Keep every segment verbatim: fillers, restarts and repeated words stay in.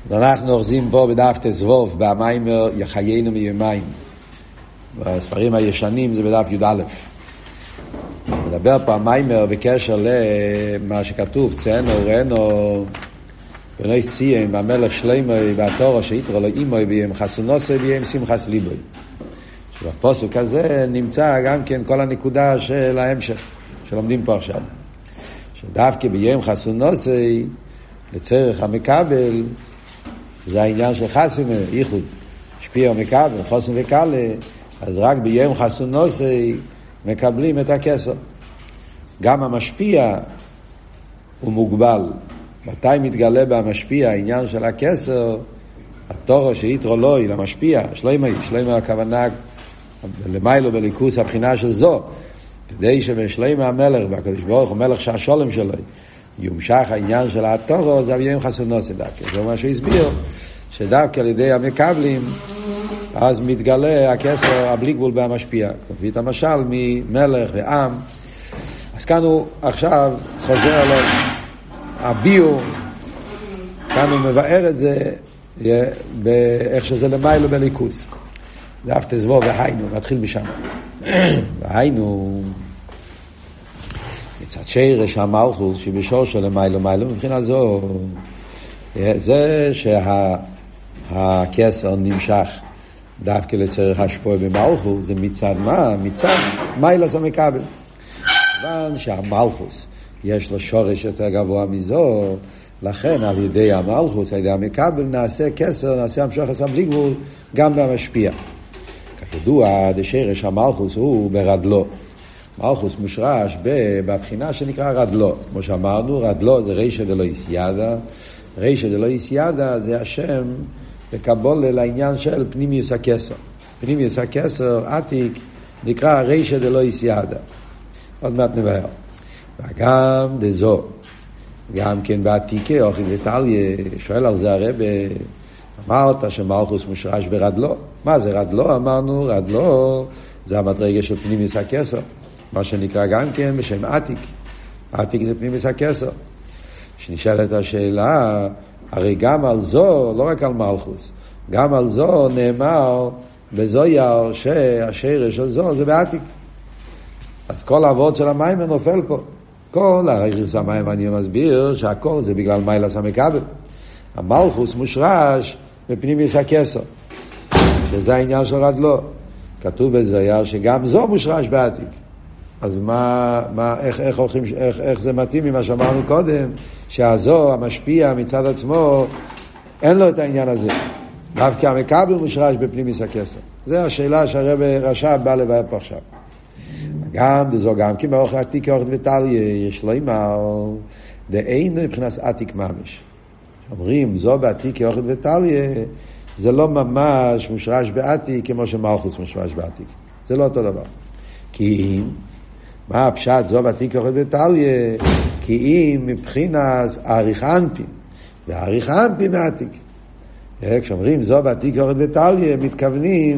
אז אנחנו אוחזים פה בדף תזבוב, במיימר יחיינו מיומיים. בספרים הישנים זה בדף י' א'. מדבר פה המיימר בקשר למה שכתוב, צאנו ראינו בני ציין והמלך שלמה והתורה שיתרו לו אימוי ביים חסונוסי ביים שמחס ליבוי. שבפוסק הזה נמצא גם כן כל הנקודה של ההמשך שלומדים פה עכשיו. שדווקא ביים חסונוסי לצריך המקבל, זה העניין של חסנה, ייחוד, שפיע ומקבל, חוסן וקלה, אז רק ביים חסונוסי מקבלים את הכסר. גם המשפיע הוא מוגבל. מתי מתגלה במשפיע העניין של הכסר? התורה שיתרו לוי למשפיע, שלמה, שלמה הכוונה למיילו בליכוס הבחינה של זו, כדי שבשלמה המלך, והקדוש ברוך הוא מלך שהשולם שלו, יומשך העניין של התורה, זה ביים חסונוסי דווקא. זה מה שהסביר, שדווקא על ידי המקבלים, אז מתגלה הכסר, הבלי גבול במשפיע. מביא את המשל ממלך ועם. אז כאן הוא עכשיו חוזר עליו, הביור, כאן הוא מבאר את זה, באיך שזה למיילו בליכוס. זה אף תזבוב והיינו, נתחיל משם. והיינו, מצד שרש המלכות, שבשור של למיילו מיילו, מבחינה זו, זה שהכסר נמשך, דווקא לצריך השפוע במלכות, זה מצד מה? מצד מיילס המקבל. כיוון שהמלכות יש לו שורש יותר גבוה מזו, לכן על ידי המלכות, על ידי המקבל, נעשה כסר, נעשה המשוך עשה בלי גבול, גם במשפיע. כידוע, דשרש המלכות הוא ברדלו. מלכות מושרש בבחינה שנקרא רדלו. כמו שאמרנו, רדלו זה רישא דלא יסיידא. רישא דלא יסיידא זה השם לקבול לעניין של פנימיוס הכסר. פנימיוס הכסר עתיק נקרא רישא דלא יסיידא. עוד מעט נבהר. וגם דזו, גם כן בעתיקה, אוכי וטליה, שואל על זה הרב, אמרת שמלכות מושרש ברדלו. מה זה רדלו? אמרנו, רדלו זה המדרגה של פנימיוס הכסר, מה שנקרא גם כן בשם עתיק. עתיק זה פנימיוס הכסר. שנשאלת השאלה, הרי גם על זו, לא רק על מלכות, גם על זו נאמר בזויר שהשרש של זו זה בעתיק. אז כל העבוד של המים נופל פה. כל הריחס המים אני מסביר שהכל זה בגלל מיילס המקבל. המלכות מושרש בפנימיוס הכסר, שזה העניין של רדלו. כתוב בזויר שגם זו מושרש בעתיק. אז מה, מה, איך, איך, איך, איך, איך זה מתאים ממה שאמרנו קודם, שהזו, המשפיע מצד עצמו, אין לו את העניין הזה. דווקא המקבל מושרש בפנימיוס הכסר. זו השאלה שהרב רש"ב בא לבאר פה עכשיו. גם דזו גם כי באוכל עתיק אוכל וטליה, יש לו אימר, דאין מבחינת עתיק ממש. אומרים, זו בעתיק אוכל וטליה, זה לא ממש מושרש בעתיק כמו שמלכות מושרש בעתיק. זה לא אותו דבר. כי אם, מה הפשט זו בעתיק אוכל וטליה? כי אם מבחינת עריך אנפין, ועריך אנפין מעתיק. כשאומרים זו בעתיק אוכל וטליה, מתכוונים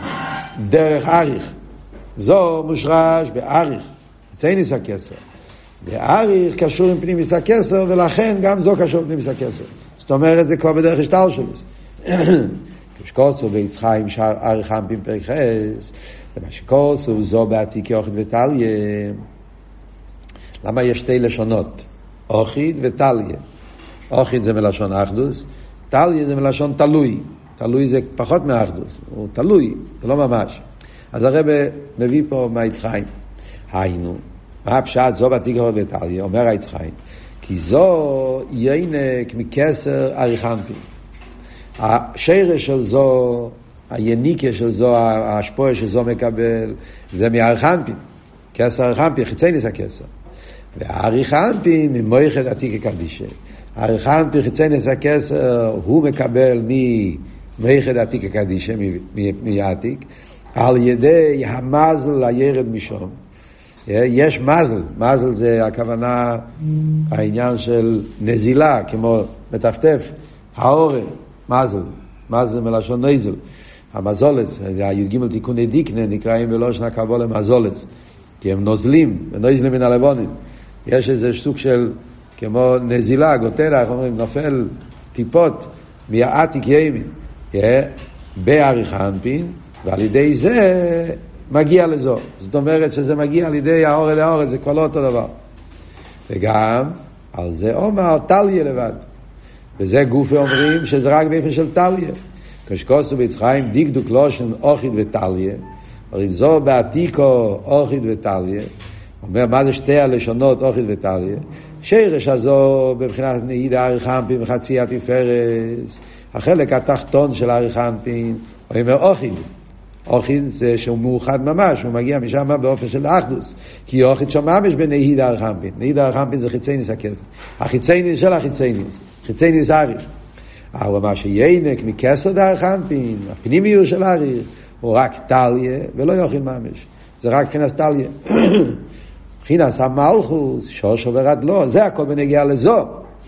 דרך עריך. זו מושרש בעריך, צייניס הכסר. בעריך קשור עם פנימיס הכסר, ולכן גם זו קשור עם פנימיס הכסר. זאת אומרת, זה כבר בדרך השטר שלו. כשקוסו ביצחיים שעריך אנפין פרק חס, ומה שקוסו זו בעתיק אוכית וטליה. למה יש שתי לשונות? אוכית וטליה. אוכית זה מלשון אחדוס, טליה זה מלשון תלוי. תלוי זה פחות מאחדוס, הוא תלוי, זה לא ממש. אז הרב מביא פה מהיצחיים. היינו, מה הפשט זו בעתיק אוכית וטליה? אומר היצחיים, כי זו ינק מכסר עריך אנפין. השרש של זו, היניקה של זו, ההשפוע של זו מקבל, זה מעריך אנפין. כסר עריך אנפין, חיצייניס הכסר. והעריך אנפין ממויכת עתיק הקדישה. העריך אנפין, חיצייניס הכסר, הוא מקבל ממויכת עתיק הקדישה, מעתיק, על ידי המזל הירד משום. יש מזל, מזל זה הכוונה, העניין של נזילה, כמו מטפטף, האורל, מזל, מזל מלשון נזל. המזולס, הי"ג תיקוני דיקנה, נקראים בלושן הקבלה מזולס, כי הם נוזלים, ונוזלים מן הלבונים. יש איזה סוג של, כמו נזילה, גוטרה, איך אומרים, נופל טיפות מהעתיק ימין, בעריך האנפין, ועל ידי זה מגיע לזו. זאת אומרת שזה מגיע על ידי האור אל האור, זה כבר לא אותו דבר. וגם על זה אומר טליה לבד. וזה גופי אומרים שזה רק באופן של טליה. כשכוסו ביצחיים דקדוק לושן אוחיד וטליה, אומרים זו בעתיקו אוחיד וטליה, אומר מה זה שתי הלשונות אוחיד וטליה, שרש הזו בבחינת נעיד האריך האנפין וחצי התפארס, החלק התחתון של האריך האנפין, הוא אומר אוחיד. אוחיד זה שהוא מאוחד ממש, הוא מגיע משם באופן של אחדוס, כי אוחיד שם ממש בנעיד האריך האנפין. נעיד האריך האנפין זה חיצי ניס הכסף. החיצי ניס של החיצי ניס. חיצי ניס האריך. אבל מה שיינק מכסר דאריך האנפין, הפנימיות של האריך, הוא רק טליה ולא יוחיד ממש. זה רק מבחינת טליה. מבחינת המלכוס, שושו ורדלו, זה הכל בנגיע לזו.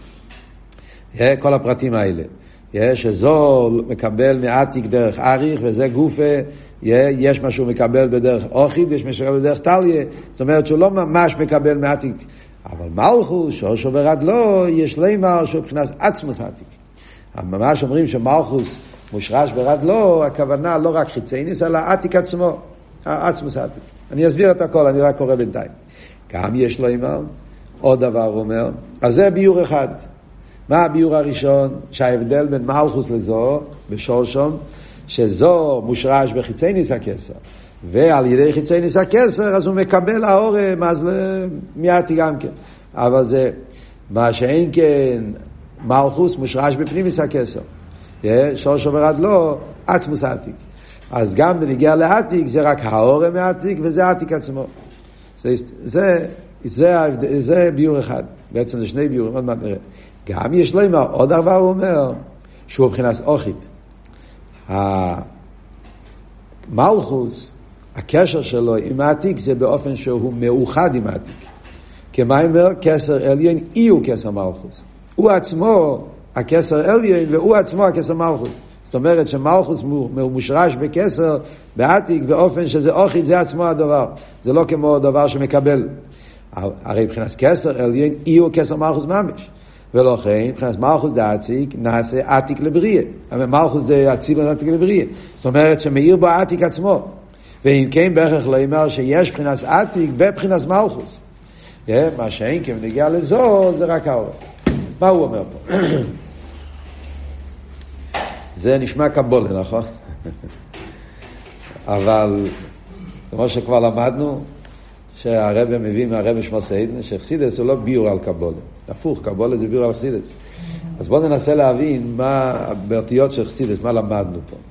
כל הפרטים האלה. שזו מקבל מעתיק דרך אריך, וזה גופה, יש משהו מקבל בדרך אוחיד, יש משהו מקבל בדרך טליה. זאת אומרת שהוא לא ממש מקבל מעתיק. אבל מלכוס, שושו ורדלו, יש לימר שהוא מבחינת עצמוס עתיק. ממש אומרים שמלכוס מושרש ברדלו, הכוונה לא רק חיצייניס, אלא עתיק עצמו, עצמוס עתיק. אני אסביר את הכל, אני רק קורא בינתיים. גם יש לימר, עוד דבר הוא אומר, אז זה ביור אחד. מה הביור הראשון? שההבדל בין מלכוס לזו, בשורשום, שזו מושרש בחיצייניס הכסר, ועל ידי חיצייניס הכסר, אז הוא מקבל האור מעתיק גם כן. אבל זה, מה שאין כן, מלכוס מושרש בפנימיס הכסר. שורשו ורדלו, עצמוס עתיק. אז גם בנגיע לעתיק, זה רק האור מעתיק, וזה עתיק עצמו. זה, זה, זה, זה, זה ביור אחד. בעצם זה שני ביורים, עוד מעט נראה. גם יש לו אמר, עוד דבר הוא אומר, שהוא מבחינת אוכית. המלכוס, הקשר שלו עם העתיק, זה באופן שהוא מאוחד עם העתיק. כמה אומר, כסר עליין, אי הוא כסר מלכוס. הוא עצמו הכסר עליין, והוא עצמו הכסר מלכוס. זאת אומרת שמלכוס מושרש בכסר, בעתיק, באופן שזה אוכית, זה עצמו הדבר. זה לא כמו דבר שמקבל. הרי מבחינת כסר עליין, אי הוא כסר מלכוס ממש. ולכן, מבחינת מלכוס דעתיק, נעשה עתיק לבריאה. מלכוס דעתיק עתיק לבריאה. זאת אומרת שמאיר בו עתיק עצמו. ואם כן, בהכרח לא אומר שיש מבחינת עתיק בבחינת מלכוס. מה שאין כן נגיע לזו, זה רק האור. מה הוא אומר פה? זה נשמע קבולה, נכון? אבל, כמו שכבר למדנו, שהרבא מביא מהרבא שמו סיידן, שחסידס הוא לא ביור על קבולה. הפוך, קבולה זה ביור על חסידס. אז בואו ננסה להבין מה באותיות של חסידס, מה למדנו פה.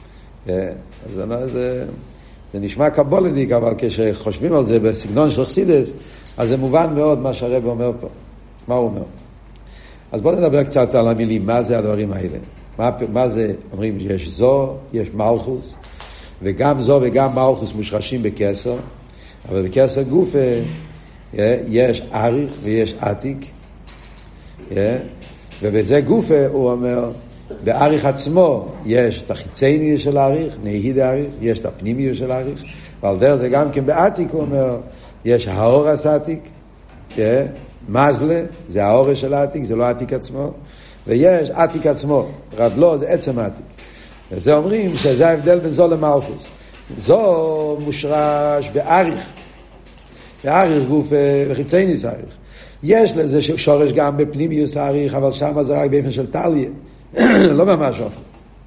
אז זה, זה נשמע קבולניק, אבל כשחושבים על זה בסגנון של חסידס, אז זה מובן מאוד מה שהרבא אומר פה. מה הוא אומר? אז בואו נדבר קצת על המילים, מה זה הדברים האלה. מה, מה זה, אומרים שיש זו, יש מלכוס, וגם זו וגם מלכוס מושרשים בכסר, אבל בכסר גוף יש אריך ויש עתיק, ובזה גוף הוא אומר, באריך עצמו יש את החיצייני של האריך, נהיד האריך, יש את הפנימי של האריך, ועל דרך זה גם כן בעתיק הוא אומר, יש האור הסעתיק, מזלה, זה האור של העתיק, זה לא העתיק עצמו, ויש עתיק עצמו, רדלו זה עצם העתיק. וזה אומרים שזה ההבדל בין זו למלכוס. זו מושרש באריך, באריך גוף וחיצייניס האריך. יש לזה שורש גם בפנימיוס האריך, אבל שם זה רק באופן של טליה, לא ממש אופן.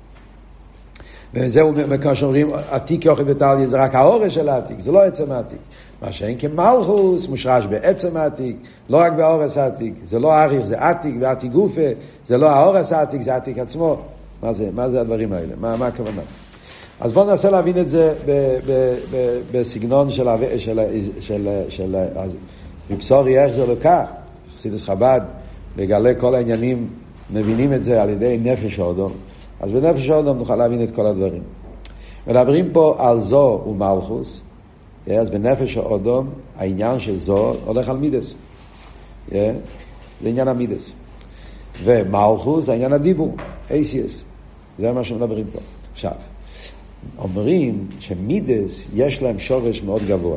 וזה כמו שאומרים, עתיק יוכל בטליה זה רק האור של העתיק, זה לא עצם העתיק. מה שאין כמלכוס מושרש בעצם העתיק, לא רק באורס העתיק, זה לא אריך, זה עתיק, ועתיק גופה, זה לא האורס העתיק, זה עתיק עצמו. מה זה, מה זה הדברים האלה? מה, מה הכוונה? אז בואו ננסה להבין את זה ב, ב, ב, בסגנון של, של, של, של, אז, מבשורי איך זה לוקח, חסידות חב"ד, בגלי כל העניינים, מבינים את זה על ידי נפש האדום. אז בנפש האדום נוכל להבין את כל הדברים. מדברים פה על זו ומלכוס, אז בנפש האדום, העניין של זו הולך על מידס. זה עניין המידס. ומלכוס זה עניין הדיבור, אייסיאס. זה מה שמדברים פה. עכשיו, אומרים שמידס יש להם שורש מאוד גבוה.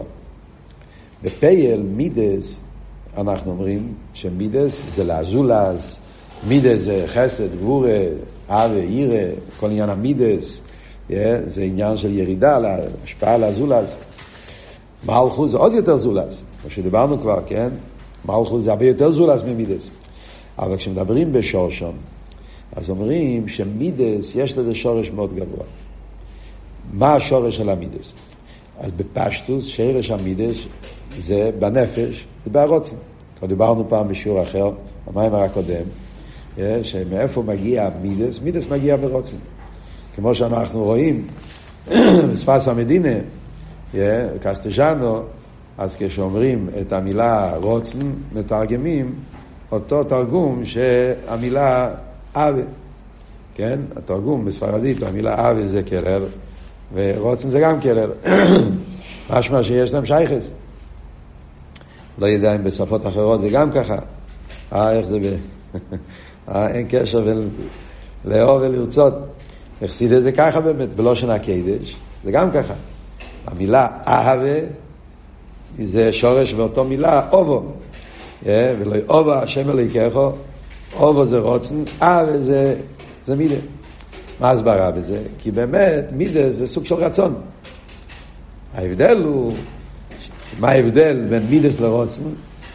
בפייל מידס, אנחנו אומרים שמידס זה לאזולז, מידס זה חסד, גבורה, אהבה, יראה, כל עניין המידס, זה עניין של ירידה, השפעה על הזולז. מלכות זה עוד יותר זולז, כמו שדיברנו כבר, כן? מלכות זה הרבה יותר זולז ממידס. אבל כשמדברים בשורשם, אז אומרים שמידס יש לזה שורש מאוד גבוה. מה השורש של המידס? אז בפשטוס, שרש המידס זה בנפש, זה בהרוצן. כבר דיברנו פעם בשיעור אחר, במאמר הקודם, שמאיפה מגיע מידס? מידס מגיע ברוצן. כמו שאנחנו רואים, בשפת המדינה, קסטג'אנו, אז כשאומרים את המילה רוצן, מתרגמים אותו תרגום שהמילה אבה. כן? התרגום בספרדית, המילה אבה זה קרר, ורוצן זה גם קרר. משמע שיש להם שייכס. לא יודע אם בשפות אחרות זה גם ככה. אה, איך זה ב... אה, אין קשר בין לאהוב ולרצות. החסיד את זה ככה באמת, בלושן הקדש. זה גם ככה. המילה אהבה זה שורש באותו מילה אובו. ולא אובו השם אלוהיכךו. אובו זה רוצן, אהבה זה, זה מידה. מה הסברה בזה? כי באמת מידה זה סוג של רצון. ההבדל הוא, מה ההבדל בין מידס לרוצן?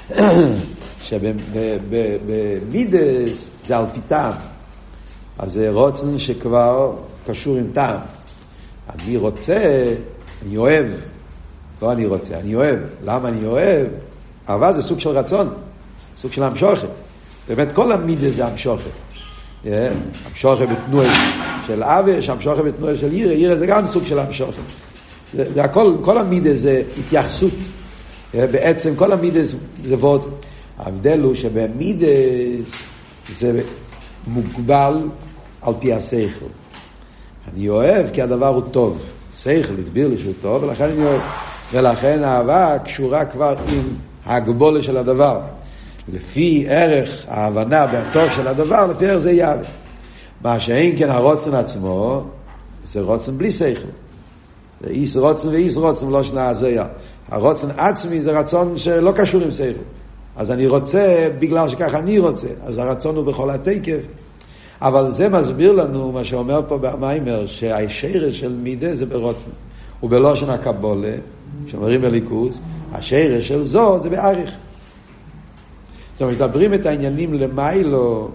שבמידס זה על פי טעם. אז זה רוצן שכבר קשור עם טעם. אני רוצה, אני אוהב. לא אני רוצה, אני אוהב. למה אני אוהב? אבל זה סוג של רצון. סוג של המשוכת. באמת כל המידס זה המשוכת. המשוכת בתנועה של אבש, המשוכת בתנועה של ירא. ירא זה גם סוג של המשוכת. זה, זה הכל, כל המידס זה התייחסות. בעצם כל המידס זה ועוד. ההבדל הוא שבמידס זה מוגבל על פי השכל. אני אוהב כי הדבר הוא טוב. שכל הסביר לי שהוא טוב, ולכן אני אוהב. ולכן האהבה קשורה כבר עם ההגבולה של הדבר. לפי ערך ההבנה והטוב של הדבר, לפי ערך זה יאהב. מה שאין כן הרוצן עצמו, זה רוצן בלי שכל. זה איס רוצן ואיס רוצן לא שנה הזיה. הרוצן עצמי זה רצון שלא קשור עם שכל. אז אני רוצה בגלל שככה אני רוצה. אז הרצון הוא בכל התקף. אבל זה מסביר לנו מה שאומר פה במיימר, שהשרש של מידה זה ברוצן. ובלושן הקבולה, שאומרים בליכוז, השרש של זו זה בעריך. זאת אומרת, מדברים את העניינים למיילו,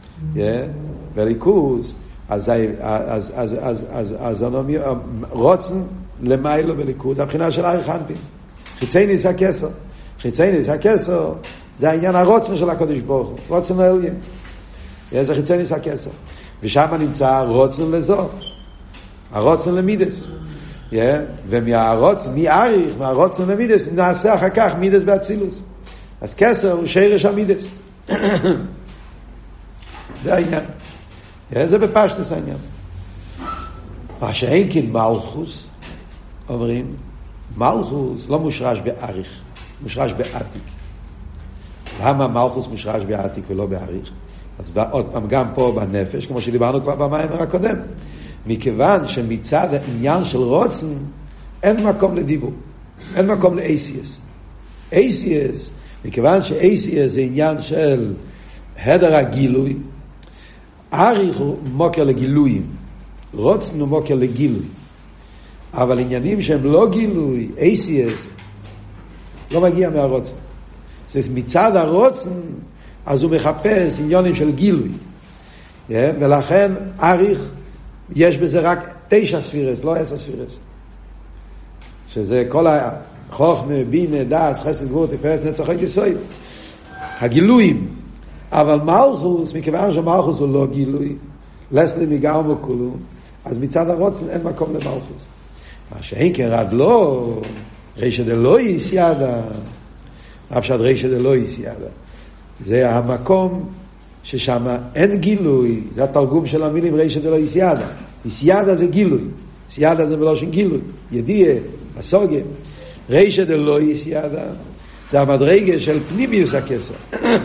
בליכוז, אז אז אז אז אז אז רוצן למיילו בליכוז, הבחינה של עריך אנפין. חיצייני זה הכסר. חיצייני זה הכסר, זה העניין הרוצן של הקדוש ברוך הוא. רוצן לעליין. זה חיצייני זה הכסר. ושם נמצא רוצן לזו. הרוצן למידס. ומהרוצן, מעריך, מהרוצן למידס, נעשה אחר כך מידס באצילוס. אז כסר הוא שרש המידס. זה העניין. זה בפשטוס העניין. מה שאין כן מלכוס, אומרים, מלכוס לא מושרש בעריך, מושרש בעתיק. למה מלכוס מושרש בעתיק ולא בעריך? אז עוד פעם גם פה בנפש, כמו שדיברנו כבר במאמר הקודם, מכיוון שמצד העניין של רוצן אין מקום לדיבור, אין מקום ל-אייסיאס. אייסיאס, מכיוון ש-אייסיאס זה עניין של הדר הגילוי, עריך הוא מוקר לגילויים, רוצן הוא מוקר לגילוי. אבל עניינים שהם לא גילוי, אייסיאס, לא מגיע מהרוצן. זאת אומרת, מצד הרוצן, אז הוא מחפש עניינים של גילוי. ולכן עריך, יש בזה רק תשע ספירס, לא עשר ספירס. שזה כל החוכמה, בינה, דאס, חסד, גבורה, תפארת, נצח, יסוד. הגילויים. אבל מלכוס, מכיוון שמלכוס הוא לא גילוי, לסלי מגרמו כולו, אז מצד הרוצן אין מקום למלכוס. מה שאין כן רד לא, רישא דלוי סיידה, הפשט רישא דלוי סיידה. זה המקום ששם אין גילוי, זה התרגום של המילים רישא דלוי סיידה. סיידה זה גילוי, סיידה זה בלושן גילוי, ידיעה, הסוגה. רישא דלוי סיידה, זה המדרגה של פנימיוס הכסר.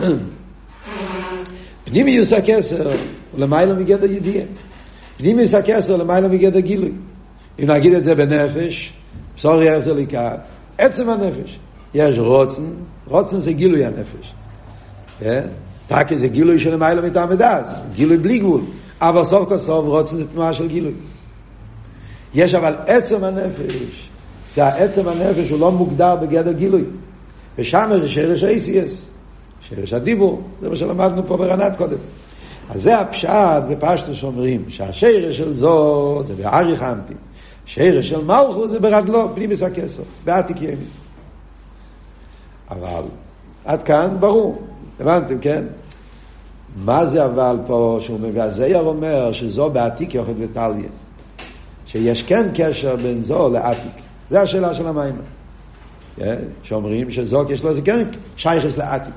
פנימיוס הכסר, למעלה מגדר ידיעה. פנימיוס הכסר, למעלה מגדר גילוי. אם נגיד את זה בנפש, בשר יחזר ליקה, עצם הנפש. יש רוצן, רוצן זה גילוי הנפש. רק איזה גילוי של מיילו מטעם ודס, גילוי בלי גבול, אבל סוף כל סוף רוצים את תנועה של גילוי. יש אבל עצם הנפש, זה העצם הנפש, הוא לא מוגדר בגדר גילוי, ושם זה שרש ה-אי סי אס, שרש הדיבור, זה מה שלמדנו פה ברנת קודם. אז זה הפשט בפשטוס שאומרים, שהשרש של זו זה באריך אנפין, שרש של מלכות זה ברדלו, פנימיס הכסר, בעתיק ימין. אבל עד כאן ברור, הבנתם, כן? מה זה אבל פה שהוא מביא? הזייר אומר שזו בעתיק יוחד וטליה, שיש כן קשר בין זו לעתיק. זה השאלה של המים, שאומרים שזו יש לו זה כן שייכס לעתיק.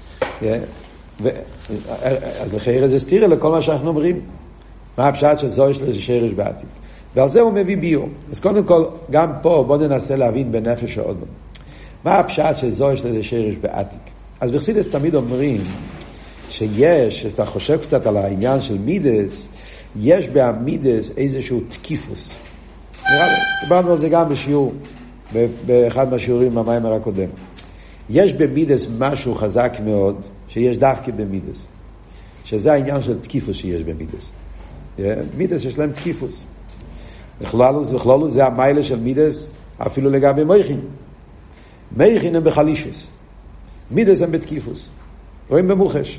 אז לכן זה סתירה לכל מה שאנחנו אומרים, מה הפשט שזו יש לזה שרש בעתיק, ועל זה הוא מביא ביור. אז קודם כל גם פה בוא ננסה להבין בנפש האדם מה הפשט שזו יש לזה שרש בעתיק. אז בחסידות תמיד אומרים שיש, אתה חושב קצת על העניין של מידס, יש בעמידס איזשהו תקיפוס. דיברנו על זה גם בשיעור, באחד מהשיעורים במאמר הקודם. יש במידס משהו חזק מאוד, שיש דווקא במידס, שזה העניין של תקיפוס שיש במידס. מידס יש להם תקיפוס. בכללוס, בכללוס זה המיילה של מידס, אפילו לגבי מייכין. מייכין הם בחלישוס. מידס הם בתקיפוס. רואים במוחש.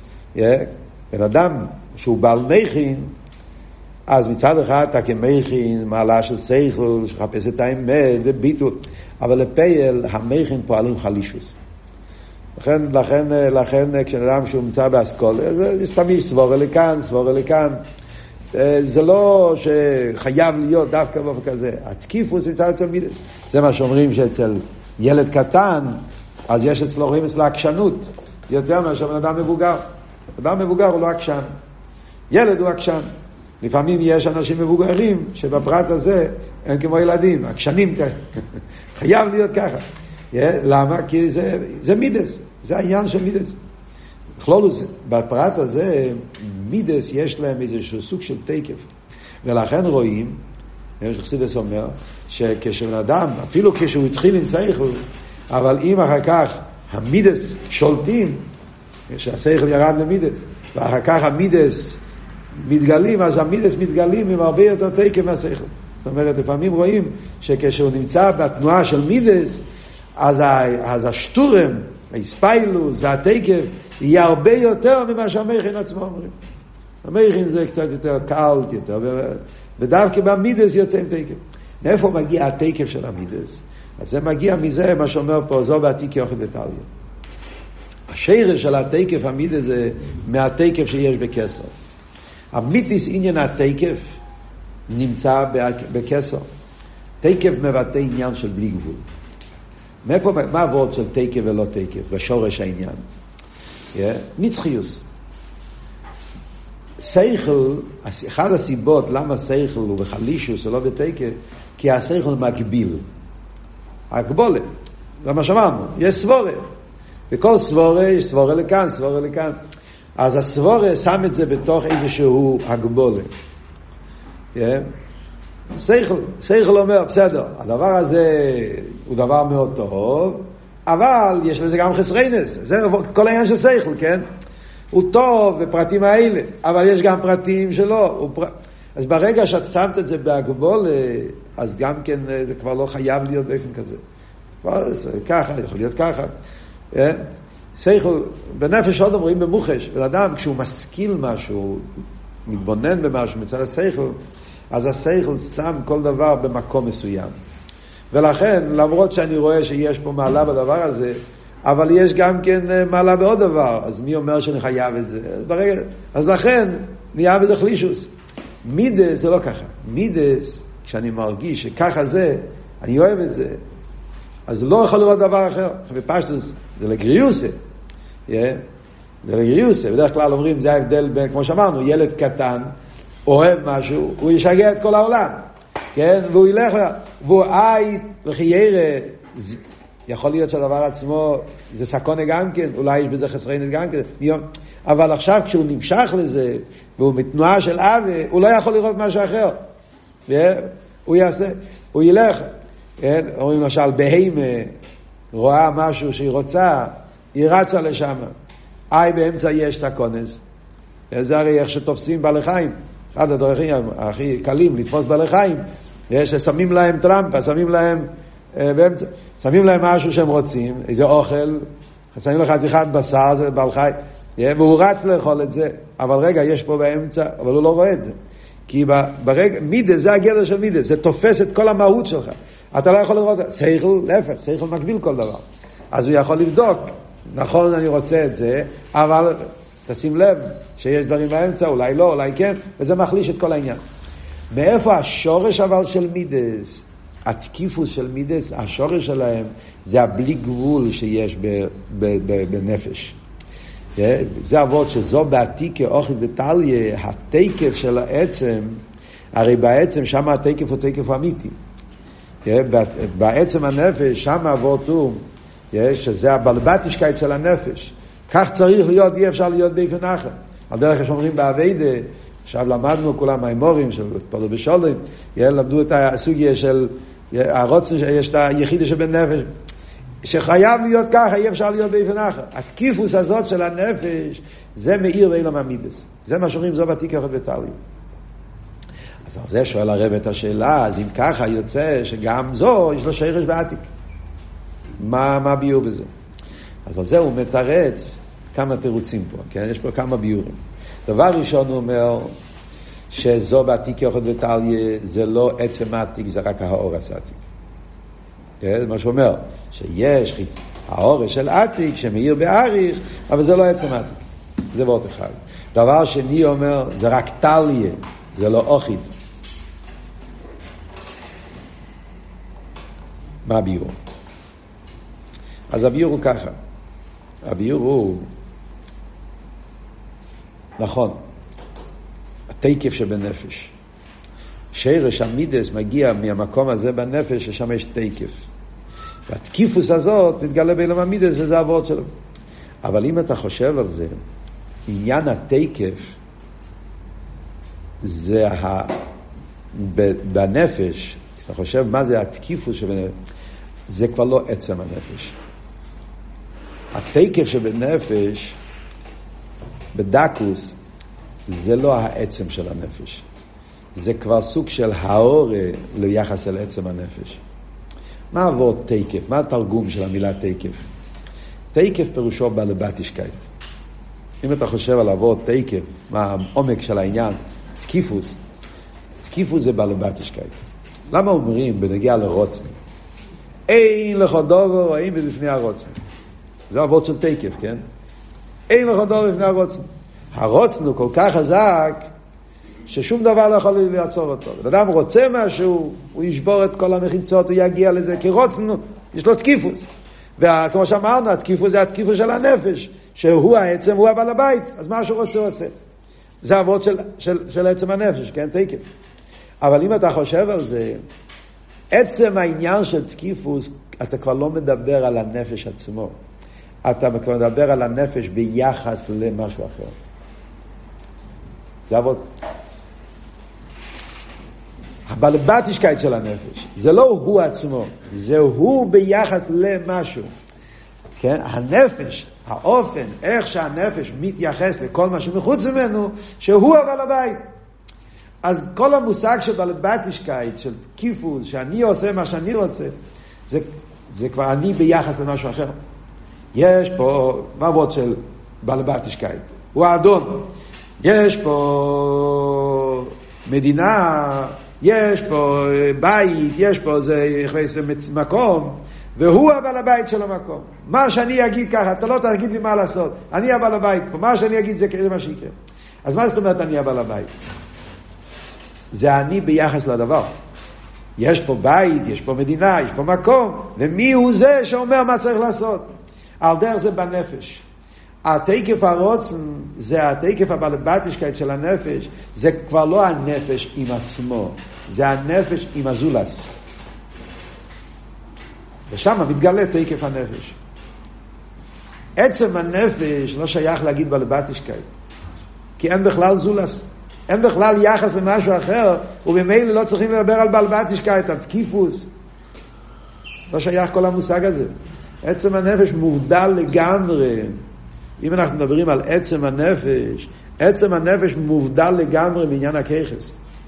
בן אדם שהוא בעל מייכין, אז מצד אחד אתה כמייכין, מעלה של שכל, שחפש את האמת וביטול, אבל לפייל המייכין פועלים חלישוס. לכן, לכן, לכן כשאדם שהוא מצא באסכולה, זה תמיד סבורה לכאן, סבורה לכאן. זה לא שחייב להיות דווקא באופן כזה. התקיפוס מצד אצל מידס. זה מה שאומרים שאצל ילד קטן, אז יש אצלו, רואים אצלו עקשנות, יותר מאשר בן אדם מבוגר. אדם מבוגר הוא לא עקשן. ילד הוא עקשן. לפעמים יש אנשים מבוגרים שבפרט הזה הם כמו ילדים, עקשנים כאלה. חייב להיות ככה. למה? כי זה, זה מידס. זה העניין של מידס. בכלולוס, בפרט הזה, מידס יש להם איזשהו סוג של תקף. ולכן רואים, חסידס אומר, שכשבן אדם, אפילו כשהוא התחיל עם שכל, אבל אם אחר כך המידס שולטים, כשהשכל ירד למידס, ואחר כך המידס מתגלים, אז המידס מתגלים עם הרבה יותר תקף מהשכל. זאת אומרת, לפעמים רואים שכשהוא נמצא בתנועה של מידס, אז, אז השטורם, ההספיילוס והתקף, יהיה הרבה יותר ממה שהמייכין עצמו אומרים. המייכין זה קצת יותר קלט יותר, ודווקא במידס יוצא עם תקף. מאיפה מגיע התקף של המידס? אז זה מגיע מזה, מה שאומר פה, זו בעתיק יוחד וטליה. השרש של התקף המידס זה מהתקף שיש בכסר. המיתיס עניין התקף נמצא בכסר. תקף מבטא עניין של בלי גבול. מאיפה, מה עבוד של תקף ולא תקף, בשורש העניין? Yeah. נצחיוס. שכל, אחד הסיבות למה שכל הוא בחלישוס ולא בתקף, כי השכל מגביל. הגבולה. זה מה שאמרנו. יש סבורה. בכל סבורה יש סבורה לכאן, סבורה לכאן. אז הסבורה שם את זה בתוך איזשהו הגבולה. Yeah. שכל, שכל אומר, בסדר, הדבר הזה הוא דבר מאוד טוב, אבל יש לזה גם חסרינס. זה כל העניין של שכל, כן? הוא טוב בפרטים האלה, אבל יש גם פרטים שלא. פר... אז ברגע שאת שמת את זה בהגבול, אז גם כן זה כבר לא חייב להיות באופן כזה. אז ככה, יכול להיות ככה. שכל, בנפש עוד אומרים במוחש, ולאדם כשהוא משכיל משהו, מתבונן במשהו מצד השכל, אז השכל שם כל דבר במקום מסוים. ולכן, למרות שאני רואה שיש פה מעלה בדבר הזה, אבל יש גם כן מעלה בעוד דבר, אז מי אומר שאני חייב את זה? אז, ברגע, אז לכן, נהיה בזה חלישוס. מידס זה לא ככה. מידס, כשאני מרגיש שככה זה, אני אוהב את זה, אז לא יכול לראות דבר אחר. בפשטוס, זה לגריוסה. Yeah. זה לגריוסה. בדרך כלל אומרים, זה ההבדל בין, כמו שאמרנו, ילד קטן, אוהב משהו, הוא ישגע את כל העולם. כן? והוא ילך לה, והוא אי וחיירה, יכול להיות שהדבר עצמו זה סקונה גם כן, אולי יש בזה חסרינס גם כן, אבל עכשיו כשהוא נמשך לזה, והוא מתנועה של אבי, הוא לא יכול לראות משהו אחר. הוא יעשה, הוא ילך, כן? אומרים למשל, בהימה רואה משהו שהיא רוצה, היא רצה לשם. איי באמצע יש סקונס. זה הרי איך שתופסים בעלי חיים. אחד הדרכים הכי קלים לתפוס בעלי חיים. יש, שמים להם טרמפה, שמים להם באמצע, שמים להם משהו שהם רוצים, איזה אוכל, שמים לך אחד בשר, זה בעל חי, והוא רץ לאכול את זה, אבל רגע, יש פה באמצע, אבל הוא לא רואה את זה. כי ברגע, מידה, זה הגדר של מידה, זה תופס את כל המהות שלך. אתה לא יכול לראות, שכל, להפך, שכל מקביל כל דבר. אז הוא יכול לבדוק, נכון, אני רוצה את זה, אבל תשים לב שיש דברים באמצע, אולי לא, אולי כן, וזה מחליש את כל העניין. מאיפה השורש אבל של מידס? התקיפוס של מידס, השורש שלהם, זה הבלי גבול שיש ב, ב, ב, בנפש. זה עבוד שזו בעתיקה אוכי וטליה, התקף של העצם, הרי בעצם שם התקף הוא תקף אמיתי. בעצם הנפש, שם עבוד הוא, שזה הבלבטישקייט של הנפש. כך צריך להיות, אי אפשר להיות באיפן אחר. על דרך שאומרים בעבודה, עכשיו למדנו כולם מהאמורים של פרדו בשולם, למדו את הסוגיה של הרוצן, יש את היחידה שבין נפש, שחייב להיות ככה, אי אפשר להיות באיפן אחר. התקיפוס הזאת של הנפש, זה מאיר ואילם המידס. זה מה שאומרים, זו בתיקה אחת וטליה. אז על זה שואל הרב את השאלה, אז אם ככה יוצא שגם זו, יש לו שרש בעתיק. מה, מה ביור בזה? אז על זה הוא מתרץ כמה תירוצים פה, כן? יש פה כמה ביורים. דבר ראשון הוא אומר, שזו בעתיקה אחת וטליה, זה לא עצם עתיק, זה רק האור הסעתיק. זה מה שאומר, שיש חיץ, האור של עתיק שמאיר באריך, אבל זה לא עצם עתיק. זה וורט אחד. דבר שני אומר, זה רק טליה, זה לא אוכיד. מה הביור? אז הביור הוא ככה. הביור הוא, נכון, התקף שבנפש. שרש המידס מגיע מהמקום הזה בנפש ששם יש תקף. והתקיפוס הזאת מתגלה באילם המידס וזה העבוד שלו. אבל אם אתה חושב על זה, עניין התקף זה ה... בנפש, אתה חושב מה זה התקיפוס שבנפש, זה כבר לא עצם הנפש. התקף שבנפש, בדקוס, זה לא העצם של הנפש. זה כבר סוג של האור ליחס אל עצם הנפש. מה עבור תקף? מה התרגום של המילה תקף? תקף פירושו בלבטישקייט. אם אתה חושב על עבור תקף, מה העומק של העניין? תקיפוס. תקיפוס זה בלבטישקייט. למה אומרים בנגיע לרוצן? אין לך דובר או אין בפני הרוצן. זה עבוד של תקף, כן? אין לך דובר בפני הרוצן. הרוצן הוא כל כך חזק, ששום דבר לא יכול לעצור אותו. אדם רוצה משהו, הוא ישבור את כל המחיצות, הוא יגיע לזה, כי רוצן, יש לו תקיפוס. וכמו שאמרנו, התקיפוס זה התקיפוס של הנפש, שהוא העצם, הוא הבעל הבית, אז מה שהוא רוצה, הוא עושה. זה עבוד של, של, של עצם הנפש, כן, תקף. אבל אם אתה חושב על זה, עצם העניין של תקיפוס, אתה כבר לא מדבר על הנפש עצמו. אתה כבר מדבר על הנפש ביחס למשהו אחר. זה עבוד. הבלבטישקייט של הנפש, זה לא הוא עצמו, זה הוא ביחס למשהו. כן? הנפש, האופן, איך שהנפש מתייחס לכל מה שמחוץ ממנו, שהוא הבעל הבית. אז כל המושג של בלבטישקייט, של תקיפוס, שאני עושה מה שאני רוצה, זה, זה כבר אני ביחס למשהו אחר. יש פה מעבוד של בלבטישקייט, הוא האדון. יש פה מדינה, יש פה בית, יש פה זה מקום, והוא הבעל הבית של המקום. מה שאני אגיד ככה, אתה לא תגיד לי מה לעשות. אני הבעל הבית פה, מה שאני אגיד זה, זה מה שיקרה. אז מה זאת אומרת אני הבעל הבית? זה אני ביחס לדבר. יש פה בית, יש פה מדינה, יש פה מקום, ומי הוא זה שאומר מה צריך לעשות? על דרך זה בנפש. התקף הרוצן, זה התקף הבלבטישקייט של הנפש, זה כבר לא הנפש עם עצמו, זה הנפש עם הזולס. ושם מתגלה תקף הנפש. עצם הנפש לא שייך להגיד בלבטישקייט, כי אין בכלל זולס. אין בכלל יחס למשהו אחר, ובמילא לא צריכים לדבר על בלבטישקייט, על תקיפוס. לא שייך כל המושג הזה. עצם הנפש מובדל לגמרי. אם אנחנו מדברים על עצם הנפש, עצם הנפש מובדל לגמרי מעניין הכיחס.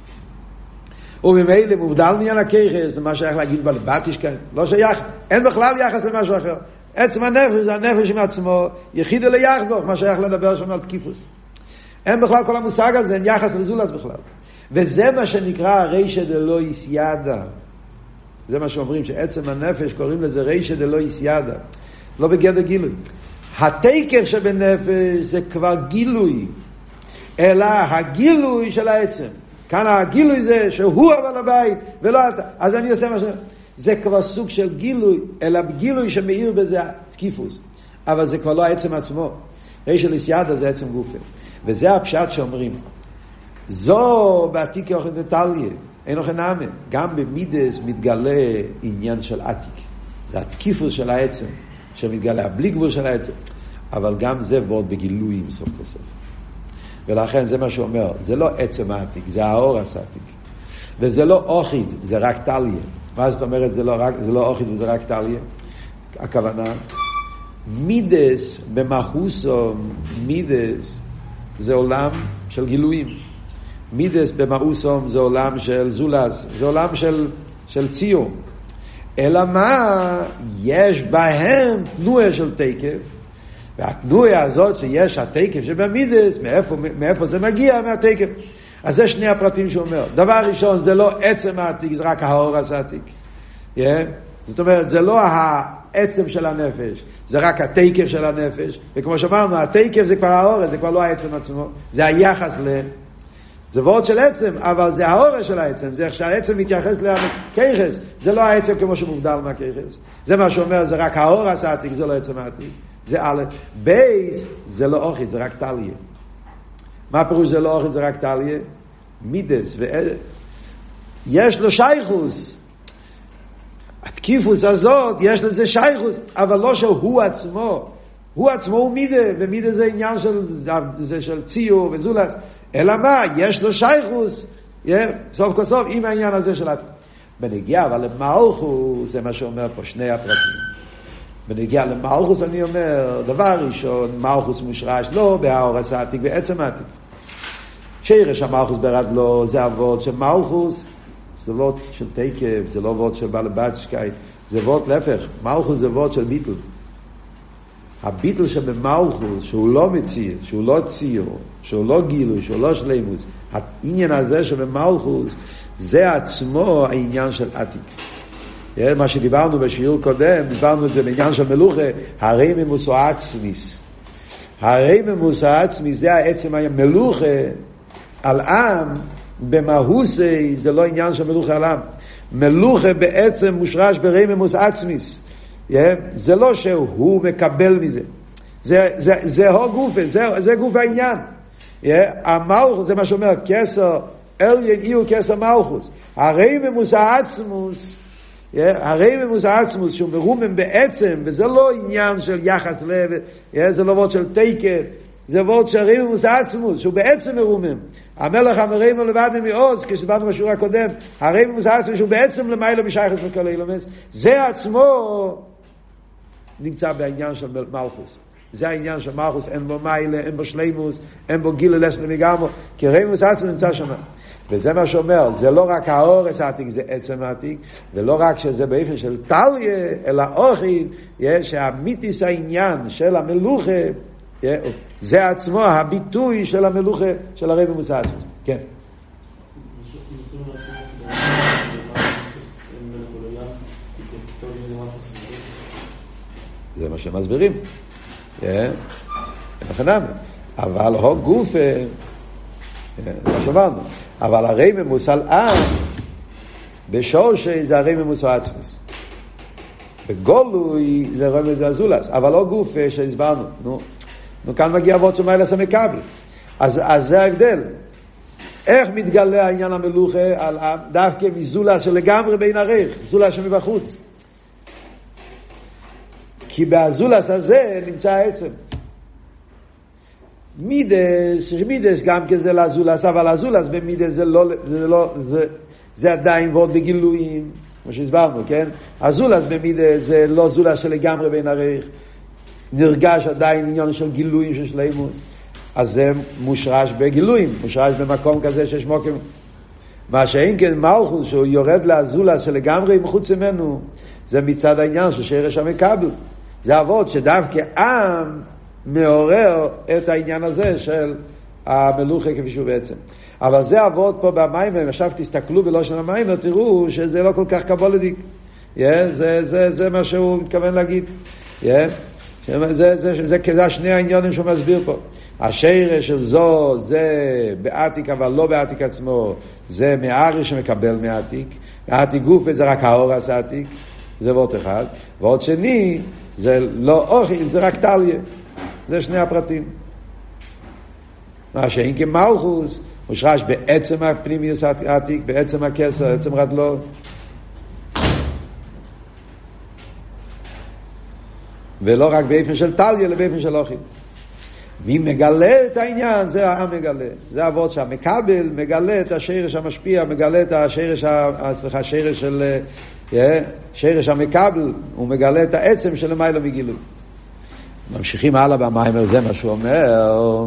וממילא מובדל מעניין הכיחס, זה מה שייך להגיד בלבטישקה, לא שייך, אין בכלל יחס למשהו אחר. עצם הנפש זה הנפש עם עצמו, יחיד אלי יחדוך, מה שייך לדבר שם על תקיפוס. אין בכלל כל המושג הזה, אין יחס לזולס בכלל. וזה מה שנקרא רישא דלא יסיידא. זה מה שאומרים, שעצם הנפש קוראים לזה רישא דלא יסיידא. לא בגדר גילוי. התקף שבנפש זה כבר גילוי, אלא הגילוי של העצם. כאן הגילוי זה שהוא הבעל הבית ולא אתה. אז אני עושה מה ש... זה כבר סוג של גילוי, אלא גילוי שמאיר בזה תקיפוס. אבל זה כבר לא העצם עצמו. רישא ליסיידא זה עצם גופה. וזה הפשט שאומרים. זו בעתיק אוכל נטליה, אין אוכל נאמן. גם במידס מתגלה עניין של עתיק. זה התקיפוס של העצם, שמתגלה בלי גבול של העצם. אבל גם זה ועוד בגילויים סוף כסוף. ולכן זה מה שאומר, זה לא עצם העתיק, זה האור העתיק. וזה לא אוחיד, זה רק טליה. מה זאת אומרת, זה לא, רק, זה לא אוחיד וזה רק טליה? הכוונה, מידס במחוסו, מידס זה עולם של גילויים. מידס במאוסום זה עולם של זולס, זה עולם של, של ציור. אלא מה? יש בהם תנועה של תקף, והתנועה הזאת שיש התקף שבמידס, מאיפה, מאיפה זה מגיע? מהתקף. אז זה שני הפרטים שהוא אומר. דבר ראשון, זה לא עצם העתיק, זה רק האור העתיק. Yeah? זאת אומרת, זה לא העצם של הנפש, זה רק התקף של הנפש. וכמו שאמרנו, התקף זה כבר האור, זה כבר לא העצם עצמו. זה היחס ל... זה וורט של עצם, אבל זה האור של העצם. זה איך שהעצם מתייחס לכיחס. זה לא העצם כמו שמובדל מהכיחס. זה מה שאומר, זה רק האור העתיק, זה לא עצם העתיק. זה א', בייס, זה לא אוכית, זה רק טליה. מה פירוש זה לא אוכית, זה רק טליה? מידס, ו... יש לו שייכוס. התקיפוס הזאת, יש לזה שייכוס, אבל לא שהוא עצמו. הוא עצמו הוא מידה, ומידה זה עניין של, זה של ציור וזולס. אלא מה? יש לו שייכוס. סוף כל סוף, עם העניין הזה של התקיפוס. בנגיע, אבל למלכוס, זה מה שאומר פה שני הפרטים. בנגיע למלכוס אני אומר, דבר ראשון, מלכוס מושרש לא באור העתיק, בעצם העתיק. שירש המלכוס ברד לו, זה עבוד של מלכוס, זה לא של תקף, זה לא עבוד של בעל בתשקייט, זה עבוד להפך, מלכוס זה עבוד של ביטל. הביטל שבמלכוס, שהוא לא מציאות, שהוא לא ציור, שהוא לא גילוי, שהוא לא שלימוס, העניין הזה שבמלכוס, זה עצמו העניין של עתיק. מה שדיברנו בשיעור קודם, דיברנו את זה בעניין של מלוכה, הרי ממוס או עצמיס. הרי ממוס או עצמיס, זה העצם המלוכה על עם, במהוסי, זה לא עניין של מלוכה על עם. מלוכה בעצם מושרש ברי ממוס עצמיס. זה לא שהוא מקבל מזה. זה, זה, זה הו גופה, זה, זה גוף העניין. המלכוס, זה מה שאומר, כסר, אליין אילו כסר מלכוס. הרי ממוס או עצמוס, הרי ממוס העצמוס שהוא מרומם בעצם, וזה לא עניין של יחס לב, זה לא וורט של תקף, זה וורט של הרי ממוס העצמוס שהוא בעצם מרומם. המלך המראים לבד מעוז, כשדיברנו בשיעור הקודם, הרי ממוס העצמוס שהוא בעצם למעלה משייכס לכל אילומס, זה עצמו נמצא בעניין של מלכוס. זה העניין של מלכוס, אין בו מיילה, אין בו שלימוס, אין בו גילה לסלם לגמרי, כי הרי ממוס העצמוס נמצא שם. וזה מה שאומר, זה לא רק האורס העתיק, זה עצם העתיק, ולא רק שזה באופן של טליה, אלא אוכיד, שהמיתיס העניין של המלוכה, זה עצמו הביטוי של המלוכה, של הרב מוסעצמוס. כן. זה מה שמסבירים. אבל הו גופה, זה מה שאמרנו. אבל הרי ממוס על עם, בשורשי זה הרי ממוס על עצמוס. בגולוי זה הרי ממוס על זולס, אבל לא גופה שהסברנו. נו, נו כאן מגיע עבוד שמאי לסה מקבל. אז, אז זה ההבדל. איך מתגלה העניין המלוכה על עם, דווקא מזולס שלגמרי בין הריך, זולס שמבחוץ. כי בהזולס הזה נמצא העצם. מידס, מידס גם כזה לזולס, אבל הזולס במידס זה לא, זה לא, זה, זה עדיין ועוד בגילויים, כמו שהסברנו, כן? הזולס במידס זה לא זולס שלגמרי בין הריך. נרגש עדיין עניין של גילויים של שלימוס, אז זה מושרש בגילויים, מושרש במקום כזה שיש מוקם. מה שאין כן מלכוס, שהוא יורד לאזולה שלגמרי מחוץ ממנו, זה מצד העניין של שרש המקבל. זה עבוד שדווקא עם מעורר את העניין הזה של המלוכה כפי שהוא בעצם. אבל זה עבוד פה במיימר, עכשיו תסתכלו בלושן המיימר, תראו שזה לא כל כך קבולדיק. Yeah, זה, זה, זה מה שהוא מתכוון להגיד. Yeah. זה, זה, זה, זה, זה שני העניינים שהוא מסביר פה. השרש של זו זה בעתיק, אבל לא בעתיק עצמו, זה מארי שמקבל מעתיק. העתיק גוף זה רק האור העתיק, זה ועוד אחד. ועוד שני, זה לא אוכל, זה רק טליה. זה שני הפרטים. מה שאין כמלכוס, מושרש בעצם הפנימיוס העתיק, בעצם הכסר, בעצם רדלו. ולא רק באופן של טליה, אלא באופן של אוכל. מי מגלה את העניין? זה העם מגלה. זה העבוד שהמקבל מגלה את השרש המשפיע, מגלה את השרש, סליחה, השרש של, שרש המקבל, הוא מגלה את העצם של למעלה מגילוי. ממשיכים הלאה במיימר, זה מה שהוא אומר.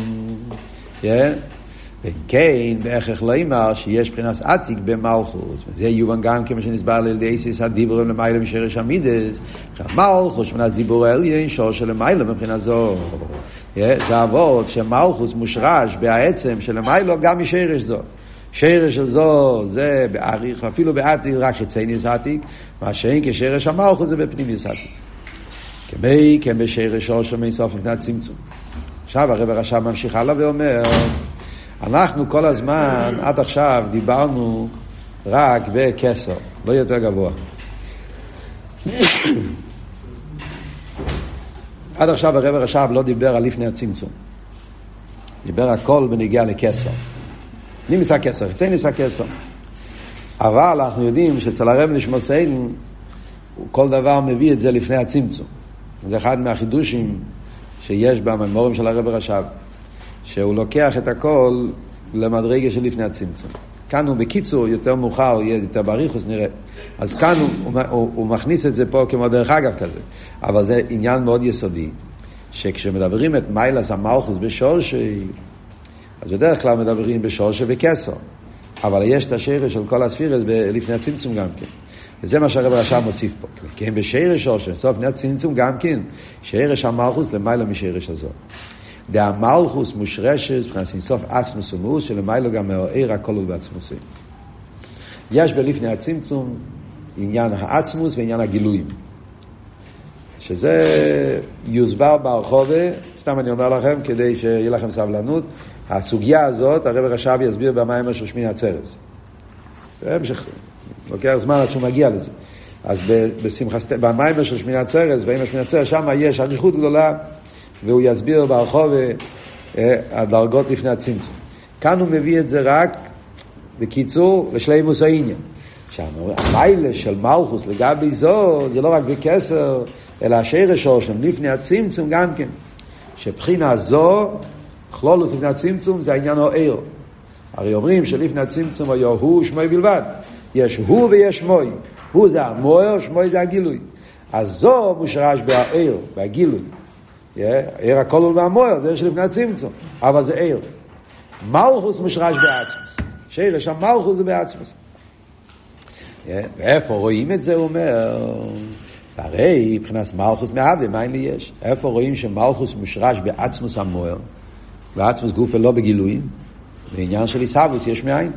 וכן, בהכרח לא אמר שיש מבחינת עתיק במלכות. זה יובן גם כמו שנסבר לידי איסיס הדיבורים למעלה משרש המידס. מלכות מבחינת דיבור העליין שור של למעלה מבחינת זו. זה עבוד שמלכות מושרש בעצם של למעלה גם משרש זו. שרש של זו זה בעריך, אפילו בעתיק רק חצייניס עתיק, מה שאין כשרש המלכות זה בפנימיוס עתיק. כמי, כמי שרש שור של מי סוף מבחינת צמצום. עכשיו הרב הרש"ב ממשיך הלאה ואומר, אנחנו כל הזמן, עד עכשיו, דיברנו רק בכסר, לא יותר גבוה. עד עכשיו הרב הרש"ב לא דיבר על לפני הצמצום. דיבר הכל בנגיע לכסר. מי ניסה כסר? יצא ניסה כסר. אבל אנחנו יודעים שאצל הרב נשמוסיין, כל דבר מביא את זה לפני הצמצום. זה אחד מהחידושים שיש במאמרים של הרב הרש"ב. שהוא לוקח את הכל למדרגה של לפני הצמצום. כאן הוא בקיצור יותר מאוחר, יהיה יותר בריחוס נראה. אז כאן הוא, הוא, הוא מכניס את זה פה כמו דרך אגב כזה. אבל זה עניין מאוד יסודי, שכשמדברים את מיילס המלכוס בשורשי, אז בדרך כלל מדברים בשורשי וכסר. אבל יש את השרש של כל הספירס לפני הצמצום גם כן. וזה מה שהרב הרש"ב מוסיף פה. כי הם בשרש שורשי, סוף לפני הצמצום גם כן, שרש המלכוס למעלה משרש הזו. דה המלכוס מושרשת, מבחינת סוף עצמוס ומאוס, שלמיילו גם מהעיר הכלול בעצמוסים. יש בלפני הצמצום עניין העצמוס ועניין הגילויים. שזה יוסבר ברחובה, סתם אני אומר לכם, כדי שיהיה לכם סבלנות, הסוגיה הזאת, הרב הרש"ב יסביר במיימר של שמיני עצרת. בהמשך, לוקח זמן עד שהוא מגיע לזה. אז במיימר של שמיני עצרת, במיימר של שמיני עצרת, שם יש אריכות גדולה, והוא יסביר ברחוב הדרגות לפני הצמצום. כאן הוא מביא את זה רק בקיצור לשלימוס העניין. שהמיילה של מלכוס לגבי זו, זה לא רק בכסר, אלא השרש שורשם לפני הצמצום גם כן. שבחינה זו, כלולוס לפני הצמצום, זה העניין העיר. הרי אומרים שלפני הצמצום היה הוא שמוי בלבד. יש הוא ויש מוי. הוא זה המויר, שמוי זה הגילוי. אז זו מושרש בעיר, בגילוי. עיר הכלול והמויר, זה שלפני הצמצום, אבל זה עיר. מלכוס מושרש בעצמוס. שרש המלכוס זה בעצמוס. ואיפה רואים את זה, הוא אומר, הרי מבחינת מלכוס מהווה, מה אין לי יש? איפה רואים שמלכוס מושרש בעצמוס המויר, בעצמוס גוף ולא בגילויים? בעניין של איסאבוס יש מאין.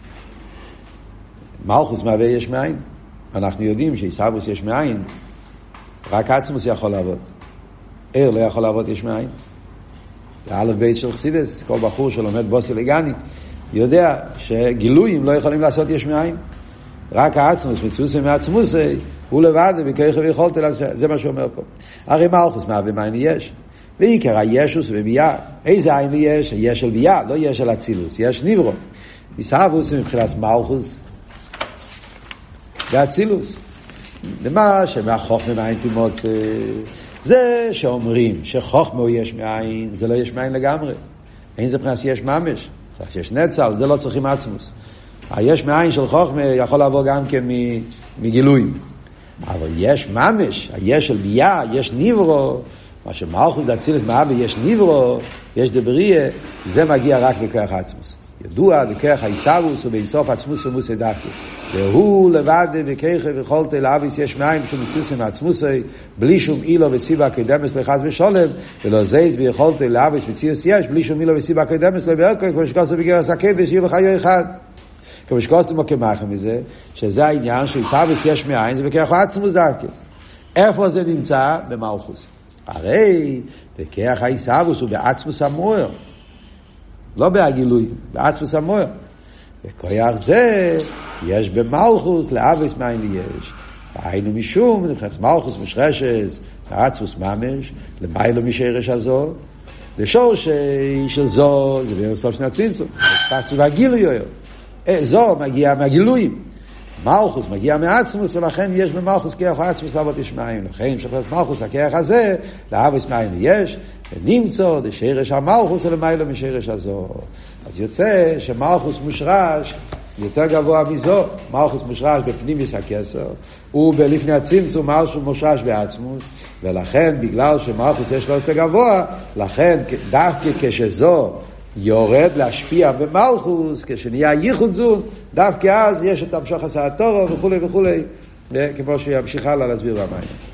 מלכוס מהווה יש מאין. אנחנו יודעים שאיסאבוס יש מאין, רק עצמוס יכול לעבוד. עיר לא יכול לעבוד יש מאין. באלף בית של חסידס, כל בחור שלומד בוסי לגני, יודע שגילויים לא יכולים לעשות יש מאין. רק העצמוס, מצוסי מעצמוסי, הוא לבד, וכך ויכולת, זה מה שהוא אומר פה. הרי מלכוס מהווה מאין יש. ועיקר הישוס ובייה. איזה עין יש? יש של בייה, לא יש של אצילוס, יש נברו. איסאבוס מבחינת מלכוס ואצילוס. למה שמהחוכמה מאין תימוצא, זה שאומרים שחוכמה הוא יש מאין, זה לא יש מאין לגמרי. אין זה מבחינת יש ממש. יש נצל, זה לא צריכים עצמוס. היש מאין של חוכמה יכול לבוא גם כן מגילויים. אבל יש ממש, היש של בייה, יש נברו, מה שמלכות דאצילס מאבא יש ניברו, יש דבריה, זה מגיע רק בכוח עצמוס. ידוע, בכוח הישאבוס ובאינסוף עצמוס ומוסי דווקא. והוא לבד בכך ויכולת לאביס יש מים שום מצוס עם עצמוסי, בלי שום אילו וסיבה קדמס לחז ושולם, ולא זייז ביכולת לאביס מציוס יש, בלי שום אילו וסיבה קדמס לבערכו, כמו שקוסם בגרס הקדש, יהיה בחיו אחד. כמו שקוסם מוקמחה מזה, שזה העניין שישאבוס יש מאין, זה בכוח עצמוס דווקא. איפה זה נמצא? במלכוס. הרי בכוח הישאבוס הוא בעצמוס המוער. לא בהגילוי, בעצמוס המוער. וכוח זה יש במלכוס לאביס מאין יש. היינו משום, נבחץ מלכוס משרשס, בעצמוס ממש, למיילו משרש הזו, לשורש של זו, זה בסוף שני הצמצום. פשטו והגילוי יויר. זו מגיע מהגילויים. מלכוס מגיע מעצמוס, ולכן יש במלכוס כוח עצמוס לעבוד ישמעים. לכן שפרס מלכוס הכוח הזה, לאביס מאין יש, ונמצא דשרש המלכוס למיילו משרש הזו. אז יוצא שמלכוס מושרש יותר גבוה מזו. מלכוס מושרש בפנימיוס הכסר, הוא בלפני הצמצום מלכוס מושרש בעצמוס, ולכן בגלל שמלכוס יש לו יותר גבוה, לכן דווקא כשזו יורד להשפיע במלכוס, כשנהיה ייחוד זו, דווקא אז יש את המשוך עשה התורה וכו' וכו', כמו שימשיך הלאה להסביר במים.